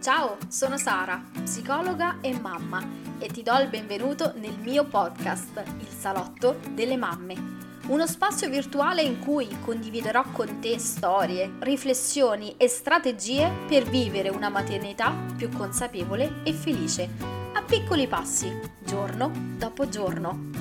Ciao, sono Sara, psicologa e mamma e ti do il benvenuto nel mio podcast, Il Salotto delle Mamme. Uno spazio virtuale in cui condividerò con te storie, riflessioni e strategie per vivere una maternità più consapevole e felice, a piccoli passi, giorno dopo giorno.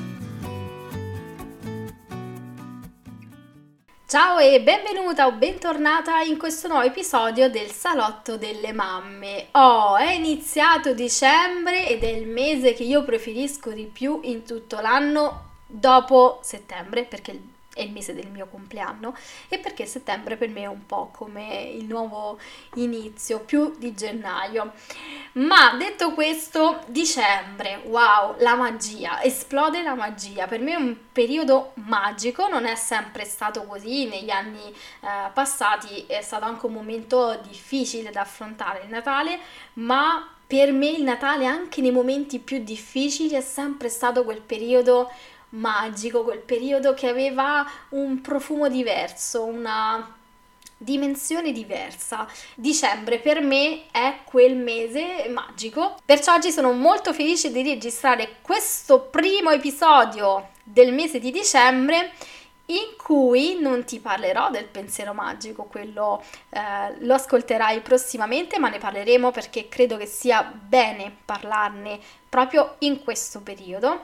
Ciao e benvenuta o bentornata in questo nuovo episodio del Salotto delle Mamme. È iniziato dicembre ed è il mese che io preferisco di più in tutto l'anno dopo settembre, perché è il mese del mio compleanno e perché settembre per me è un po' come il nuovo inizio, più di gennaio. Ma detto questo, dicembre, wow, la magia, esplode la magia. Per me è un periodo magico, non è sempre stato così, negli anni passati è stato anche un momento difficile da affrontare il Natale, ma per me il Natale anche nei momenti più difficili è sempre stato quel periodo magico, quel periodo che aveva un profumo diverso, una dimensione diversa. Dicembre per me è quel mese magico, perciò oggi sono molto felice di registrare questo primo episodio del mese di dicembre in cui non ti parlerò del pensiero magico, quello lo ascolterai prossimamente, ma ne parleremo perché credo che sia bene parlarne proprio in questo periodo.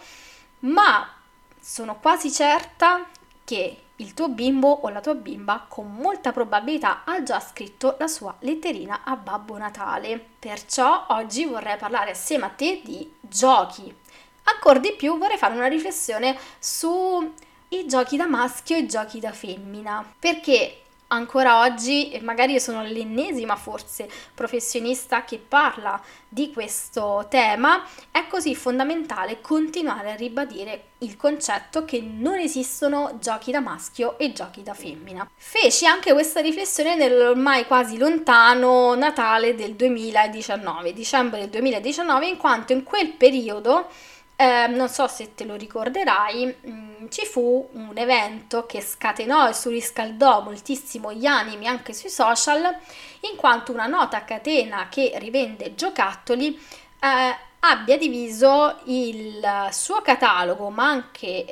Ma sono quasi certa che il tuo bimbo o la tua bimba con molta probabilità ha già scritto la sua letterina a Babbo Natale. Perciò oggi vorrei parlare assieme a te di giochi. Ancora di più vorrei fare una riflessione su i giochi da maschio e i giochi da femmina, perché ancora oggi, e magari io sono l'ennesima forse professionista che parla di questo tema, è così fondamentale continuare a ribadire il concetto che non esistono giochi da maschio e giochi da femmina. Feci anche questa riflessione nell'ormai quasi lontano Natale del 2019, dicembre del 2019, in quanto in quel periodo non so se te lo ricorderai, ci fu un evento che scatenò e surriscaldò moltissimo gli animi anche sui social, in quanto una nota catena che rivende giocattoli abbia diviso il suo catalogo, ma anche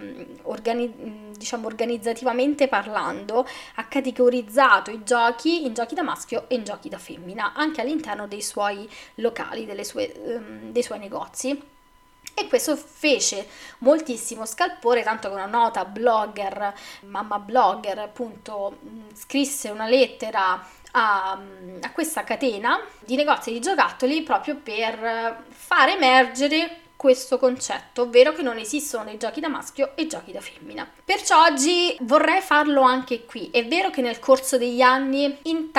organizzativamente parlando, ha categorizzato i giochi in giochi da maschio e in giochi da femmina, anche all'interno dei suoi locali, dei suoi negozi. E questo fece moltissimo scalpore, tanto che una nota blogger, mamma blogger, appunto, scrisse una lettera a questa catena di negozi di giocattoli proprio per far emergere questo concetto, ovvero che non esistono dei giochi da maschio e giochi da femmina. Perciò oggi vorrei farlo anche qui. È vero che nel corso degli anni in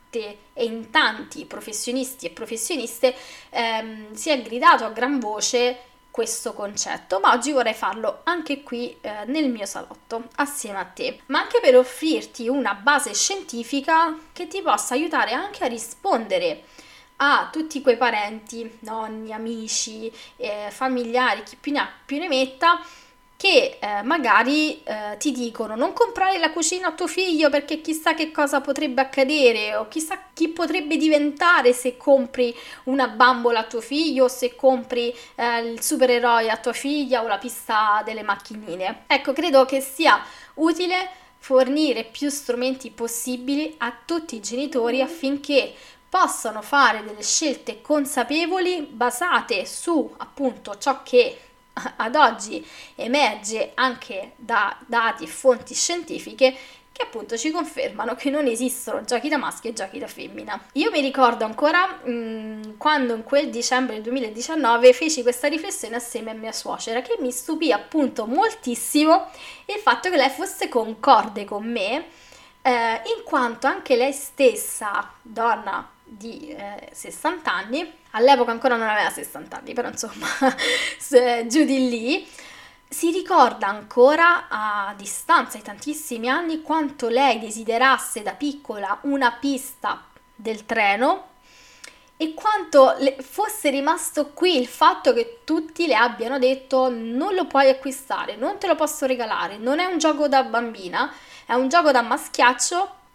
tanti professionisti e professioniste si è gridato a gran voce questo concetto, ma oggi vorrei farlo anche qui nel mio salotto assieme a te, ma anche per offrirti una base scientifica che ti possa aiutare anche a rispondere a tutti quei parenti, nonni, amici, familiari, chi più ne ha più ne metta, che magari ti dicono non comprare la cucina a tuo figlio perché chissà che cosa potrebbe accadere o chissà chi potrebbe diventare se compri una bambola a tuo figlio o se compri il supereroe a tua figlia o la pista delle macchinine. Ecco, credo che sia utile fornire più strumenti possibili a tutti i genitori affinché possano fare delle scelte consapevoli basate su appunto ciò che ad oggi emerge anche da dati e fonti scientifiche che appunto ci confermano che non esistono giochi da maschio e giochi da femmina. Io mi ricordo ancora quando in quel dicembre del 2019 feci questa riflessione assieme a mia suocera, che mi stupì appunto moltissimo il fatto che lei fosse concorde con me, in quanto anche lei stessa, donna di 60 anni, all'epoca ancora non aveva 60 anni, però insomma giù di lì, si ricorda ancora a distanza di tantissimi anni quanto lei desiderasse da piccola una pista del treno e quanto fosse rimasto qui il fatto che tutti le abbiano detto non lo puoi acquistare, non te lo posso regalare, non è un gioco da bambina, è un gioco da maschiaccio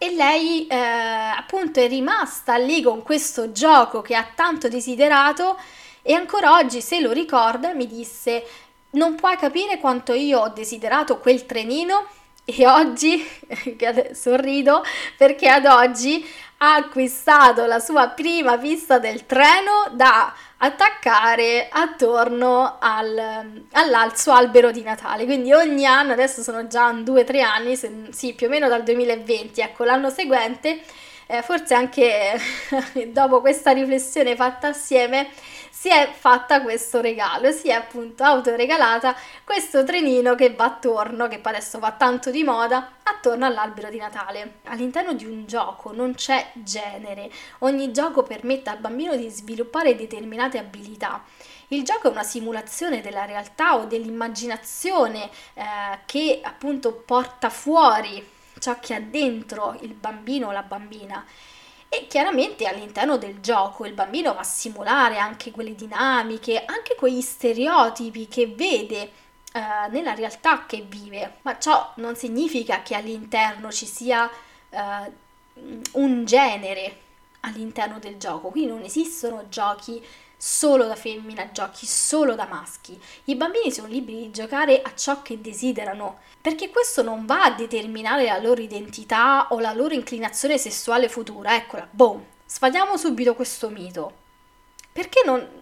e lei appunto è rimasta lì con questo gioco che ha tanto desiderato e ancora oggi se lo ricorda mi disse: non puoi capire quanto io ho desiderato quel trenino e oggi sorrido perché ad oggi ha acquistato la sua prima pista del treno da attaccare attorno al suo albero di Natale. Quindi ogni anno, adesso sono già 2-3 anni, sì, più o meno dal 2020, ecco, l'anno seguente, forse anche dopo questa riflessione fatta assieme, si è fatta questo regalo, si è appunto autoregalata questo trenino che va attorno, che poi adesso va tanto di moda, attorno all'albero di Natale. All'interno di un gioco non c'è genere, ogni gioco permette al bambino di sviluppare determinate abilità. Il gioco è una simulazione della realtà o dell'immaginazione che appunto porta fuori ciò che ha dentro il bambino o la bambina. E chiaramente all'interno del gioco il bambino va a simulare anche quelle dinamiche, anche quegli stereotipi che vede nella realtà che vive, ma ciò non significa che all'interno ci sia un genere all'interno del gioco, qui non esistono giochi solo da femmina, giochi solo da maschi. I bambini sono liberi di giocare a ciò che desiderano, perché questo non va a determinare la loro identità o la loro inclinazione sessuale futura. Eccola, boom, sfatiamo subito questo mito. Perché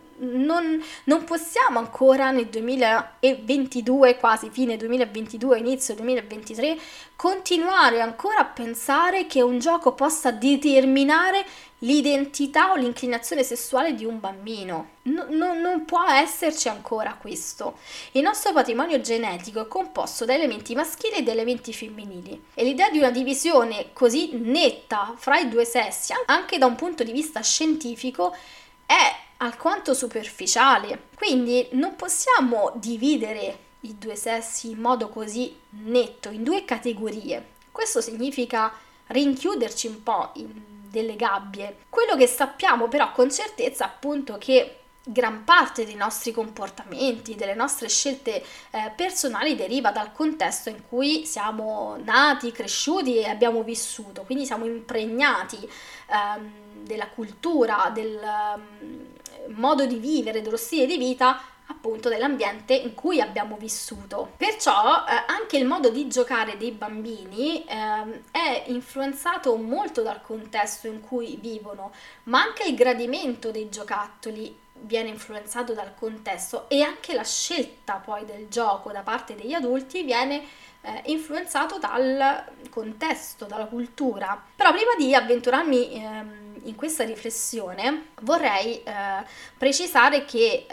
non possiamo ancora nel 2022, quasi fine 2022, inizio 2023, continuare ancora a pensare che un gioco possa determinare l'identità o l'inclinazione sessuale di un bambino. Non può esserci ancora questo. Il nostro patrimonio genetico è composto da elementi maschili e da elementi femminili e l'idea di una divisione così netta fra i due sessi, anche da un punto di vista scientifico, è alquanto superficiale. Quindi non possiamo dividere i due sessi in modo così netto, in due categorie. Questo significa rinchiuderci un po' in delle gabbie. Quello che sappiamo però con certezza appunto che gran parte dei nostri comportamenti, delle nostre scelte personali deriva dal contesto in cui siamo nati, cresciuti e abbiamo vissuto, quindi siamo impregnati della cultura, del modo di vivere, dello stile di vita appunto dell'ambiente in cui abbiamo vissuto. Perciò anche il modo di giocare dei bambini è influenzato molto dal contesto in cui vivono, ma anche il gradimento dei giocattoli viene influenzato dal contesto e anche la scelta poi del gioco da parte degli adulti viene influenzato dal contesto, dalla cultura. Però prima di avventurarmi in questa riflessione vorrei precisare che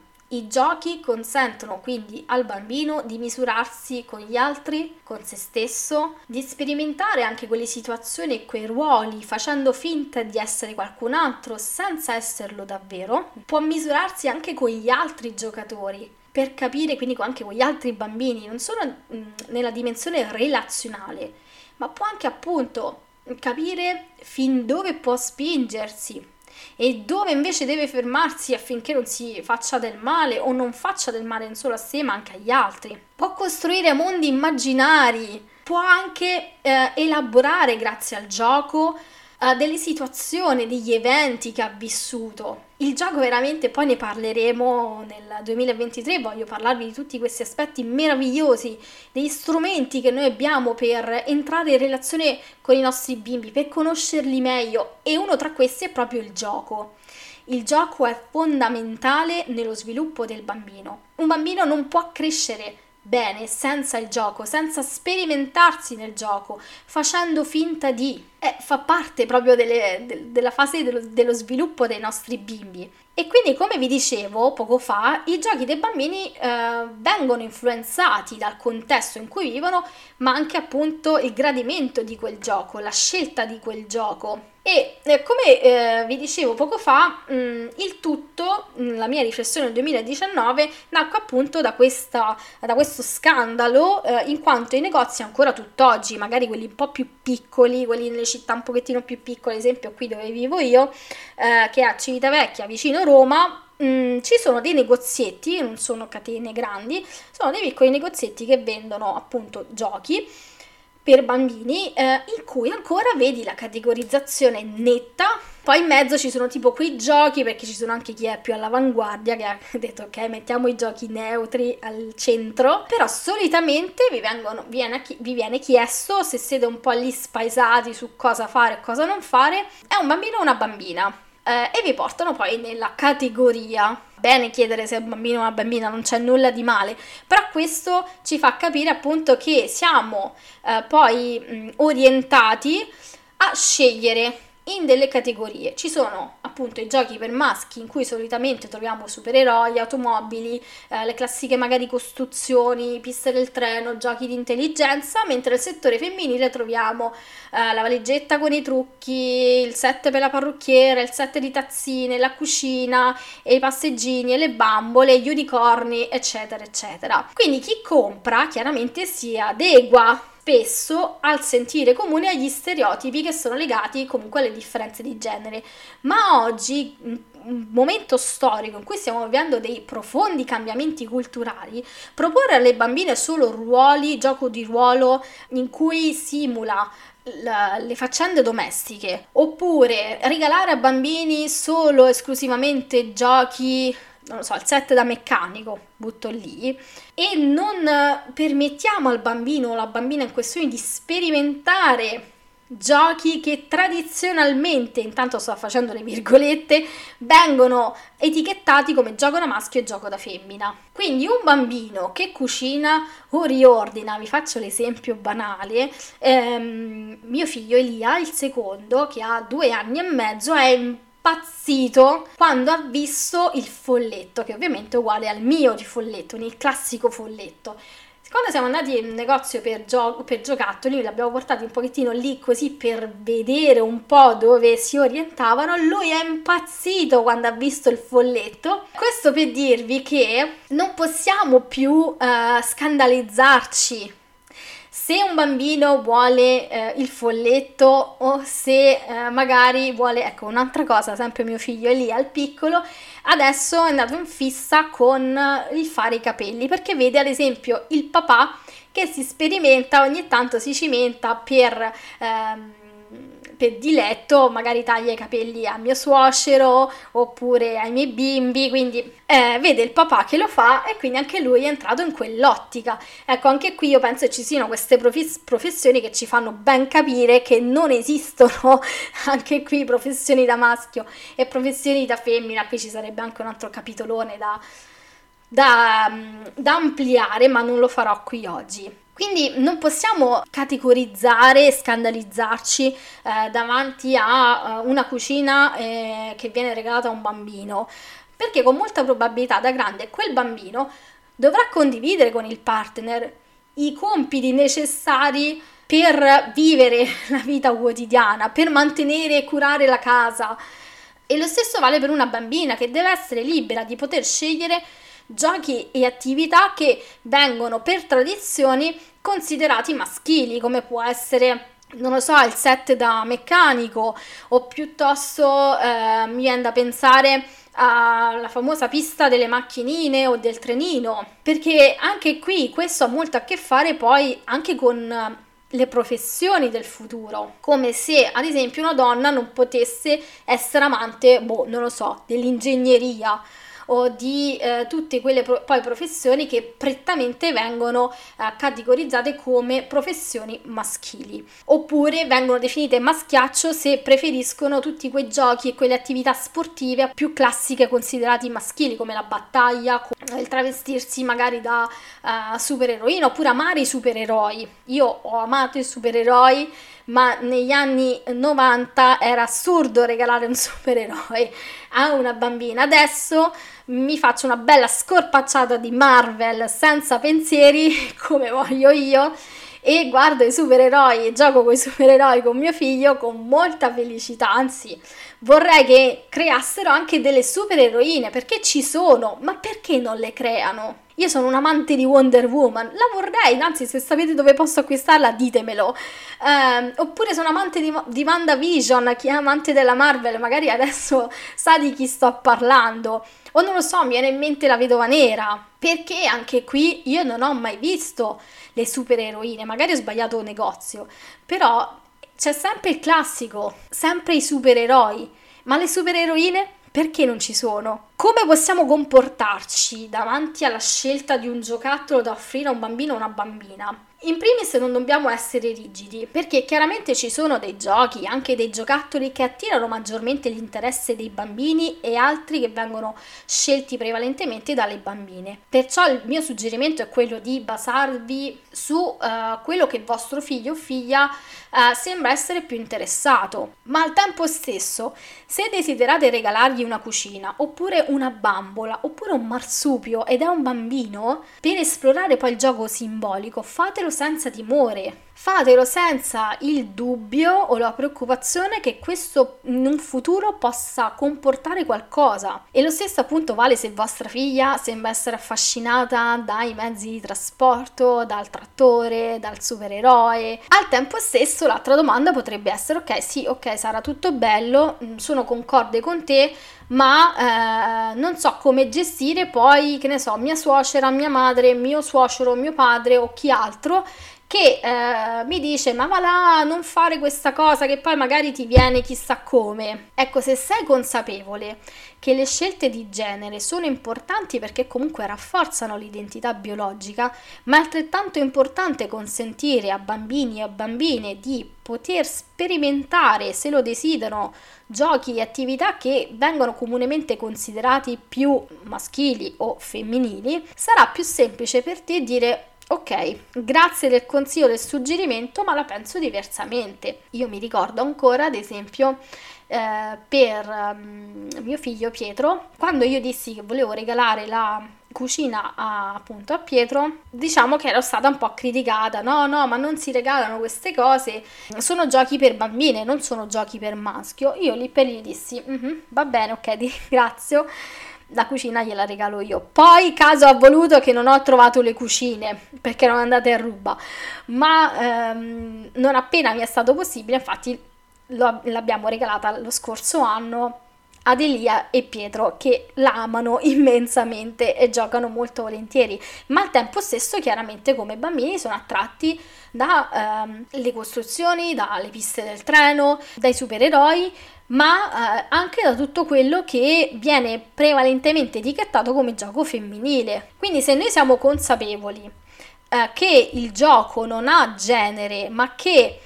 i giochi consentono quindi al bambino di misurarsi con gli altri, con se stesso, di sperimentare anche quelle situazioni e quei ruoli facendo finta di essere qualcun altro senza esserlo davvero. Può misurarsi anche con gli altri giocatori per capire quindi anche con gli altri bambini, non solo nella dimensione relazionale, ma può anche appunto capire fin dove può spingersi e dove invece deve fermarsi affinché non si faccia del male o non faccia del male non solo a sé ma anche agli altri. Può costruire mondi immaginari, può anche elaborare grazie al gioco delle situazioni, degli eventi che ha vissuto. Il gioco veramente, poi ne parleremo nel 2023, voglio parlarvi di tutti questi aspetti meravigliosi, degli strumenti che noi abbiamo per entrare in relazione con i nostri bimbi, per conoscerli meglio e uno tra questi è proprio il gioco. Il gioco è fondamentale nello sviluppo del bambino. Un bambino non può crescere bene senza il gioco, senza sperimentarsi nel gioco, facendo finta di... fa parte proprio della fase dello sviluppo dei nostri bimbi. E quindi, come vi dicevo poco fa, i giochi dei bambini vengono influenzati dal contesto in cui vivono, ma anche appunto il gradimento di quel gioco, la scelta di quel gioco. E come vi dicevo poco fa, il tutto, la mia riflessione nel 2019, nacque appunto da questo scandalo, in quanto i negozi ancora tutt'oggi, magari quelli un po' più piccoli, quelli nelle città un pochettino più piccole, ad esempio qui dove vivo io, che è a Civitavecchia, vicino Roma, ci sono dei negozietti, non sono catene grandi, sono dei piccoli negozietti che vendono appunto giochi, per bambini, in cui ancora vedi la categorizzazione netta. Poi in mezzo ci sono tipo quei giochi, perché ci sono anche chi è più all'avanguardia, che ha detto ok, mettiamo i giochi neutri al centro, però solitamente vi viene chiesto, se siete un po' lì spaesati su cosa fare e cosa non fare, è un bambino o una bambina? E vi portano poi nella categoria. Bene chiedere se è un bambino o una bambina, non c'è nulla di male, però questo ci fa capire appunto che siamo poi orientati a scegliere in delle categorie. Ci sono appunto i giochi per maschi, in cui solitamente troviamo supereroi, automobili, le classiche magari costruzioni, piste del treno, giochi di intelligenza, mentre nel settore femminile troviamo la valigetta con i trucchi, il set per la parrucchiera, il set di tazzine, la cucina e i passeggini e le bambole, gli unicorni, eccetera eccetera. Quindi chi compra chiaramente si adegua spesso al sentire comune, agli stereotipi che sono legati comunque alle differenze di genere. Ma oggi, un momento storico in cui stiamo vivendo dei profondi cambiamenti culturali, proporre alle bambine solo ruoli, gioco di ruolo in cui simula le faccende domestiche, oppure regalare a bambini solo esclusivamente giochi, non lo so, il set da meccanico, butto lì, e non permettiamo al bambino o alla bambina in questione di sperimentare giochi che tradizionalmente, intanto sto facendo le virgolette, vengono etichettati come gioco da maschio e gioco da femmina. Quindi un bambino che cucina o riordina, vi faccio l'esempio banale, mio figlio Elia, il secondo, che ha 2 anni e mezzo, è impazzito quando ha visto il folletto, che ovviamente è uguale al mio di folletto, il classico folletto. Quando siamo andati in negozio per giocattoli, l'abbiamo portati un pochettino lì così per vedere un po' dove si orientavano. Lui è impazzito quando ha visto il folletto. Questo per dirvi che non possiamo più scandalizzarci se un bambino vuole il folletto, o se magari vuole, ecco, un'altra cosa, sempre mio figlio è lì al piccolo, adesso è andato in fissa con il fare i capelli, perché vede ad esempio il papà che si sperimenta, ogni tanto si cimenta per diletto, magari taglia i capelli a mio suocero oppure ai miei bimbi, quindi vede il papà che lo fa e quindi anche lui è entrato in quell'ottica. Ecco, anche qui io penso che ci siano queste professioni che ci fanno ben capire che non esistono anche qui professioni da maschio e professioni da femmina. Qui ci sarebbe anche un altro capitolone da ampliare, ma non lo farò qui oggi. Quindi non possiamo categorizzare e scandalizzarci davanti a una cucina che viene regalata a un bambino, perché con molta probabilità da grande quel bambino dovrà condividere con il partner i compiti necessari per vivere la vita quotidiana, per mantenere e curare la casa. E lo stesso vale per una bambina, che deve essere libera di poter scegliere giochi e attività che vengono per tradizioni considerati maschili, come può essere, non lo so, il set da meccanico, o piuttosto mi viene da pensare alla famosa pista delle macchinine o del trenino, perché anche qui questo ha molto a che fare poi anche con le professioni del futuro, come se ad esempio una donna non potesse essere amante, non lo so, dell'ingegneria o di tutte quelle poi professioni che prettamente vengono categorizzate come professioni maschili, oppure vengono definite maschiaccio se preferiscono tutti quei giochi e quelle attività sportive più classiche considerati maschili, come la battaglia, il travestirsi magari da supereroina, oppure amare i supereroi. Io ho amato i supereroi, ma negli anni 90 era assurdo regalare un supereroe a una bambina. Adesso mi faccio una bella scorpacciata di Marvel senza pensieri, come voglio io, e guardo i supereroi e gioco con i supereroi con mio figlio con molta felicità. Anzi, vorrei che creassero anche delle supereroine, perché ci sono, ma perché non le creano? Io sono un amante di Wonder Woman, la vorrei, anzi se sapete dove posso acquistarla ditemelo. Oppure sono amante di WandaVision, chi è amante della Marvel magari adesso sa di chi sto parlando. O non lo so, mi viene in mente la Vedova Nera, perché anche qui io non ho mai visto le supereroine, magari ho sbagliato negozio, però c'è sempre il classico, sempre i supereroi, ma le supereroine perché non ci sono? Come possiamo comportarci davanti alla scelta di un giocattolo da offrire a un bambino o una bambina? In primis non dobbiamo essere rigidi, perché chiaramente ci sono dei giochi, anche dei giocattoli che attirano maggiormente l'interesse dei bambini e altri che vengono scelti prevalentemente dalle bambine. Perciò il mio suggerimento è quello di basarvi su quello che vostro figlio o figlia sembra essere più interessato, ma al tempo stesso, se desiderate regalargli una cucina, oppure una bambola, oppure un marsupio ed è un bambino, per esplorare poi il gioco simbolico, fatelo senza timore. Fatelo senza il dubbio o la preoccupazione che questo in un futuro possa comportare qualcosa. E lo stesso appunto vale se vostra figlia sembra essere affascinata dai mezzi di trasporto, dal trattore, dal supereroe. Al tempo stesso l'altra domanda potrebbe essere: ok, sì, ok, sarà tutto bello, sono concorde con te, ma non so come gestire poi, che ne so, mia suocera, mia madre, mio suocero, mio padre o chi altro che mi dice ma va là, non fare questa cosa che poi magari ti viene chissà come. Ecco, se sei consapevole che le scelte di genere sono importanti perché comunque rafforzano l'identità biologica, ma è altrettanto importante consentire a bambini e a bambine di poter sperimentare, se lo desiderano, giochi e attività che vengono comunemente considerati più maschili o femminili, sarà più semplice per te dire: ok, grazie del consiglio, del suggerimento, ma la penso diversamente. Io mi ricordo ancora, ad esempio, per mio figlio Pietro, quando io dissi che volevo regalare la cucina appunto a Pietro, diciamo che ero stata un po' criticata. No, ma non si regalano queste cose, sono giochi per bambine, non sono giochi per maschio. Io lì per lì dissi, va bene, ok, ti ringrazio. La cucina gliela regalo io. Poi caso ha voluto che non ho trovato le cucine perché erano andate a ruba, ma non appena mi è stato possibile, infatti l'abbiamo regalata lo scorso anno ad Elia e Pietro, che la amano immensamente e giocano molto volentieri, ma al tempo stesso chiaramente come bambini sono attratti dalle costruzioni, dalle piste del treno, dai supereroi, ma anche da tutto quello che viene prevalentemente etichettato come gioco femminile. Quindi se noi siamo consapevoli che il gioco non ha genere, ma che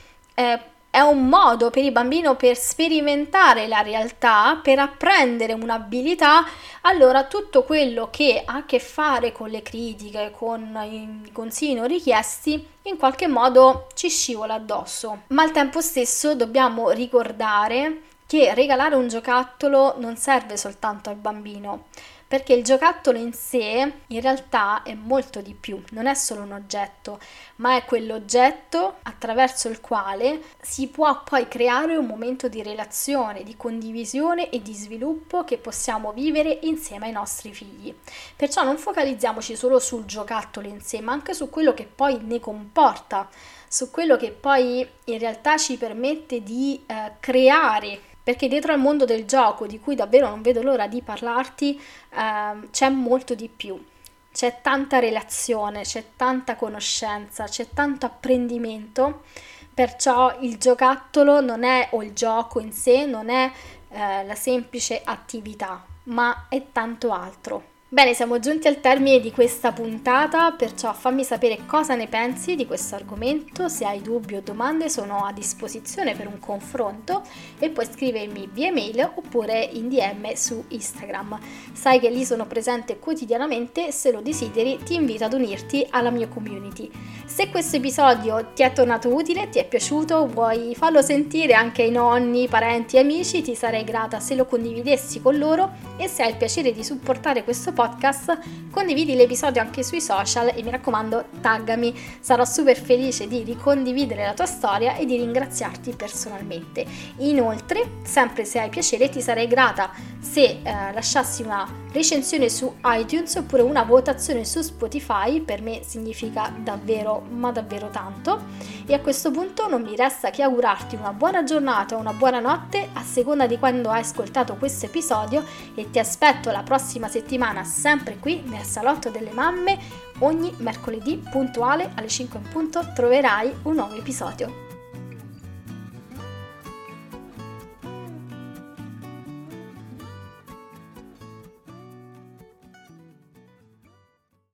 è un modo per il bambino per sperimentare la realtà, per apprendere un'abilità, allora tutto quello che ha a che fare con le critiche, con i consigli non richiesti, in qualche modo ci scivola addosso. Ma al tempo stesso dobbiamo ricordare che regalare un giocattolo non serve soltanto al bambino, perché il giocattolo in sé in realtà è molto di più, non è solo un oggetto, ma è quell'oggetto attraverso il quale si può poi creare un momento di relazione, di condivisione e di sviluppo che possiamo vivere insieme ai nostri figli. Perciò non focalizziamoci solo sul giocattolo in sé, ma anche su quello che poi ne comporta, su quello che poi in realtà ci permette di creare. Perché dietro al mondo del gioco, di cui davvero non vedo l'ora di parlarti, c'è molto di più. C'è tanta relazione, c'è tanta conoscenza, c'è tanto apprendimento. Perciò il giocattolo non è, o il gioco in sé, non è la semplice attività, ma è tanto altro. Bene, siamo giunti al termine di questa puntata, perciò fammi sapere cosa ne pensi di questo argomento. Se hai dubbi o domande sono a disposizione per un confronto e puoi scrivermi via mail oppure in DM su Instagram. Sai che lì sono presente quotidianamente e se lo desideri ti invito ad unirti alla mia community. Se questo episodio ti è tornato utile, ti è piaciuto, vuoi farlo sentire anche ai nonni, parenti e amici, ti sarei grata se lo condividessi con loro, e se hai il piacere di supportare questo podcast, condividi l'episodio anche sui social e mi raccomando, taggami, sarò super felice di ricondividere la tua storia e di ringraziarti personalmente. Inoltre, sempre se hai piacere, ti sarei grata se lasciassi una recensione su iTunes oppure una votazione su Spotify. Per me significa davvero, ma davvero tanto. E a questo punto non mi resta che augurarti una buona giornata o una buona notte a seconda di quando hai ascoltato questo episodio, e ti aspetto la prossima settimana sempre qui nel Salotto delle Mamme. Ogni mercoledì puntuale alle 5 in punto troverai un nuovo episodio.